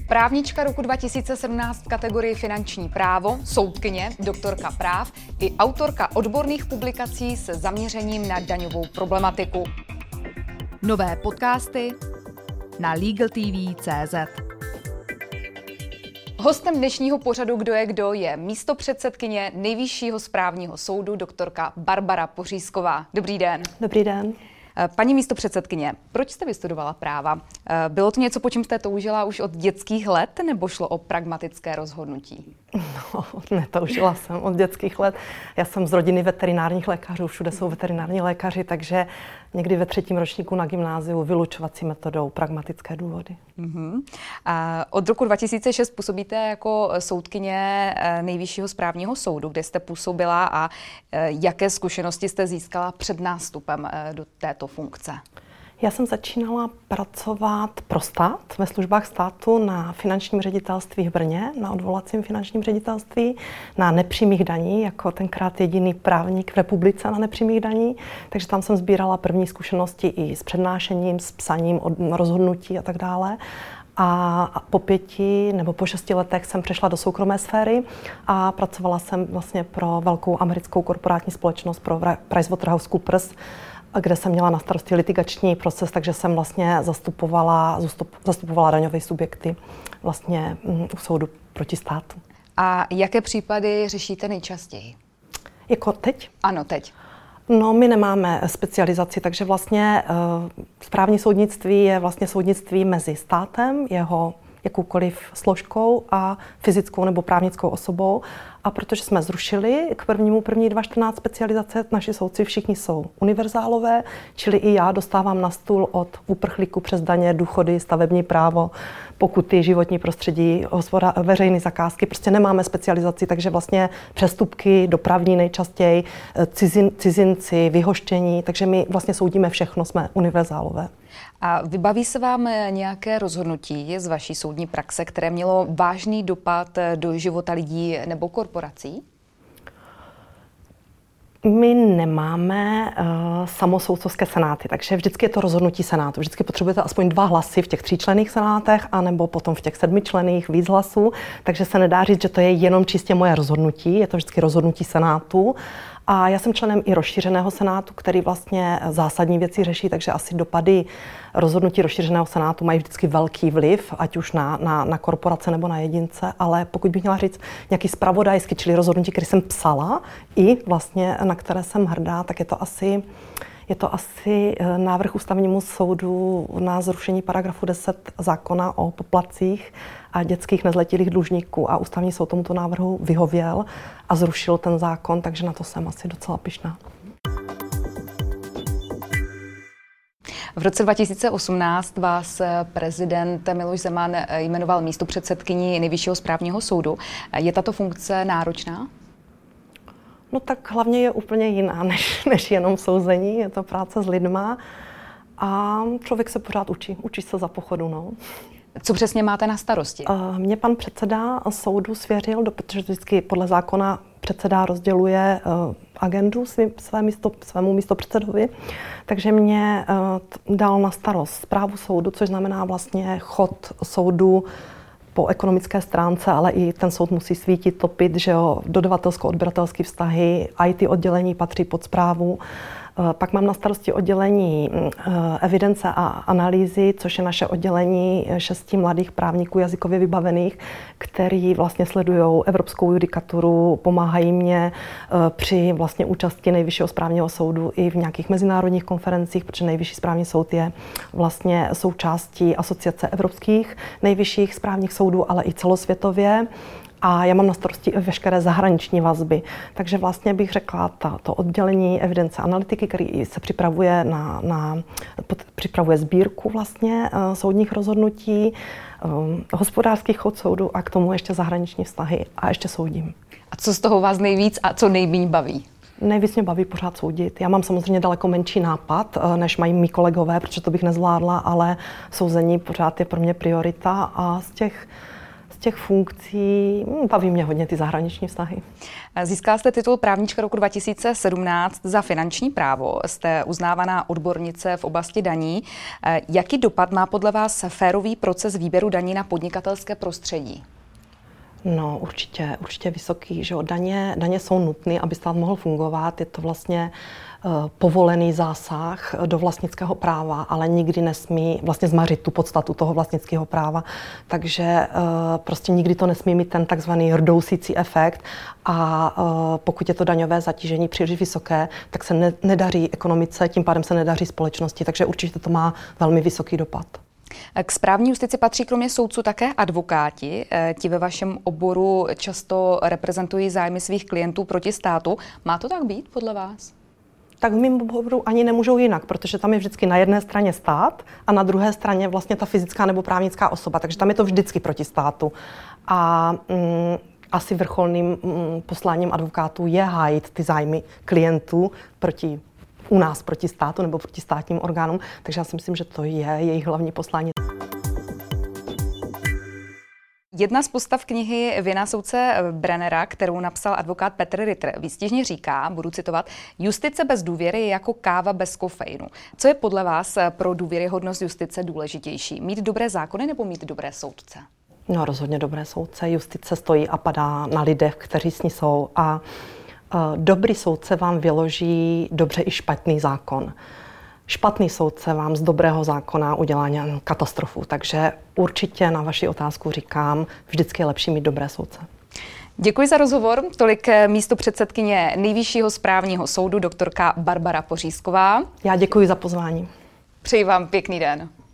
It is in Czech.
Právnička roku 2017 v kategorii finanční právo, soudkyně, doktorka práv i autorka odborných publikací se zaměřením na daňovou problematiku. Nové podcasty na LegalTV.cz. Hostem dnešního pořadu Kdo je kdo je místopředsedkyně Nejvyššího správního soudu doktorka Barbara Pořízková. Dobrý den. Dobrý den. Paní místopředsedkyně, proč jste vystudovala práva? Bylo to něco, po čem jste toužila už od dětských let, nebo šlo o pragmatické rozhodnutí? No, netoužila jsem od dětských let. Já jsem z rodiny veterinárních lékařů, všude jsou veterinární lékaři, takže někdy ve 3. ročníku na gymnáziu vylučovací metodou, pragmatické důvody. A od roku 2006 působíte jako soudkyně Nejvyššího správního soudu, kde jste působila a jaké zkušenosti jste získala před nástupem do této funkce? Já jsem začínala pracovat pro stát, ve službách státu na finančním ředitelství v Brně, na odvolacím finančním ředitelství, na nepřímých daní, jako tenkrát jediný právník v republice na nepřímých daní. Takže tam jsem sbírala první zkušenosti i s přednášením, s psaním rozhodnutí a tak dále. A po 5 nebo po 6 letech jsem přešla do soukromé sféry a pracovala jsem vlastně pro velkou americkou korporátní společnost, pro PricewaterhouseCoopers, kde jsem měla na starosti litigační proces, takže jsem vlastně zastupovala daňové subjekty vlastně u soudu proti státu. A jaké případy řešíte nejčastěji? Jako teď? Ano, teď. No, my nemáme specializaci, takže vlastně správní soudnictví je vlastně soudnictví mezi státem, jeho jakoukoliv složkou a fyzickou nebo právnickou osobou. A protože jsme zrušili k 1.1.2014 specializace, naši soudci všichni jsou univerzálové, čili i já dostávám na stůl od uprchlíků přes daně, důchody, stavební právo, pokuty, životní prostředí, veřejné zakázky. Prostě nemáme specializaci, takže vlastně přestupky, dopravní nejčastěji, cizinci, vyhoštění, takže my vlastně soudíme všechno, jsme univerzálové. A vybaví se vám nějaké rozhodnutí z vaší soudní praxe, které mělo vážný dopad do života lidí nebo korporací? My nemáme samosoudcovské senáty, takže vždycky je to rozhodnutí senátu. Vždycky potřebujete aspoň 2 hlasy v těch 3členných senátech, anebo potom v těch 7členných víc hlasů, takže se nedá říct, že to je jenom čistě moje rozhodnutí, je to vždycky rozhodnutí senátu. A já jsem členem i rozšířeného senátu, který vlastně zásadní věci řeší, takže asi dopady rozhodnutí rozšířeného senátu mají vždycky velký vliv, ať už na korporace nebo na jedince, ale pokud bych měla říct nějaký zpravodajský, čili rozhodnutí, které jsem psala i vlastně na které jsem hrdá, tak je to asi návrh Ústavnímu soudu na zrušení paragrafu 10 zákona o poplatcích a dětských nezletilých dlužníků a Ústavní soud tomuto návrhu vyhověl a zrušil ten zákon, takže na to jsem asi docela pyšná. V roce 2018 vás prezident Miloš Zeman jmenoval místopředsedkyní Nejvyššího správního soudu. Je tato funkce náročná? No tak hlavně je úplně jiná než jenom souzení, je to práce s lidma a člověk se pořád učí se za pochodu. No. Co přesně máte na starosti? Mě pan předseda soudu svěřil, protože vždycky podle zákona předseda rozděluje agendu svému místopředsedovi, takže mě dal na starost správu soudu, což znamená vlastně chod soudu po ekonomické stránce, ale i ten soud musí svítit, topit, že jo, dodavatelsko-odběratelské vztahy, IT oddělení patří pod správu. Pak mám na starosti oddělení evidence a analýzy, což je naše oddělení 6 mladých právníků jazykově vybavených, který vlastně sledují evropskou judikaturu, pomáhají mě při vlastně účasti Nejvyššího správního soudu i v nějakých mezinárodních konferencích, protože Nejvyšší správní soud je vlastně součástí asociace evropských nejvyšších správních soudů, ale i celosvětově. A já mám na starosti i veškeré zahraniční vazby. Takže vlastně bych řekla, to oddělení evidence analytiky, který se připravuje připravuje sbírku vlastně soudních rozhodnutí, hospodářský chod soudu a k tomu ještě zahraniční vztahy a ještě soudím. A co z toho vás nejvíc a co nejméně baví? Nejvíc mě baví pořád soudit. Já mám samozřejmě daleko menší nápad, než mají mý kolegové, protože to bych nezvládla, ale souzení pořád je pro mě priorita a z těch funkcí baví mě hodně ty zahraniční vztahy. Získala jste titul právnička roku 2017 za finanční právo. Jste uznávaná odbornice v oblasti daní. Jaký dopad má podle vás férový proces výběru daní na podnikatelské prostředí? No, určitě vysoký. Že? Daně jsou nutné, aby stát mohl fungovat. Je to vlastně povolený zásah do vlastnického práva, ale nikdy nesmí vlastně zmařit tu podstatu toho vlastnického práva. Takže prostě nikdy to nesmí mít ten takzvaný rdousící efekt a pokud je to daňové zatížení příliš vysoké, tak se nedaří ekonomice, tím pádem se nedaří společnosti, takže určitě to má velmi vysoký dopad. K správní justici patří kromě soudců také advokáti. Ti ve vašem oboru často reprezentují zájmy svých klientů proti státu. Má to tak být podle vás? Tak v mém oboru ani nemůžou jinak, protože tam je vždycky na jedné straně stát a na druhé straně vlastně ta fyzická nebo právnická osoba, takže tam je to vždycky proti státu. A asi vrcholným posláním advokátů je hájit ty zájmy klientů u nás proti státu nebo proti státním orgánům, takže já si myslím, že to je jejich hlavní poslání. Jedna z postav knihy Vina soudce Brennera, kterou napsal advokát Petr Ritter, výstižně říká, budu citovat, justice bez důvěry je jako káva bez kofeinu. Co je podle vás pro důvěryhodnost justice důležitější? Mít dobré zákony nebo mít dobré soudce? No, rozhodně dobré soudce. Justice stojí a padá na lidech, kteří s ní jsou a dobrý soudce vám vyloží dobře i špatný zákon. Špatný soudce vám z dobrého zákona udělá katastrofu, takže určitě na vaši otázku říkám, vždycky je lepší mít dobré soudce. Děkuji za rozhovor. Tolik místopředsedkyně Nejvyššího správního soudu doktorka Barbara Pořízková. Já děkuji za pozvání. Přeji vám pěkný den.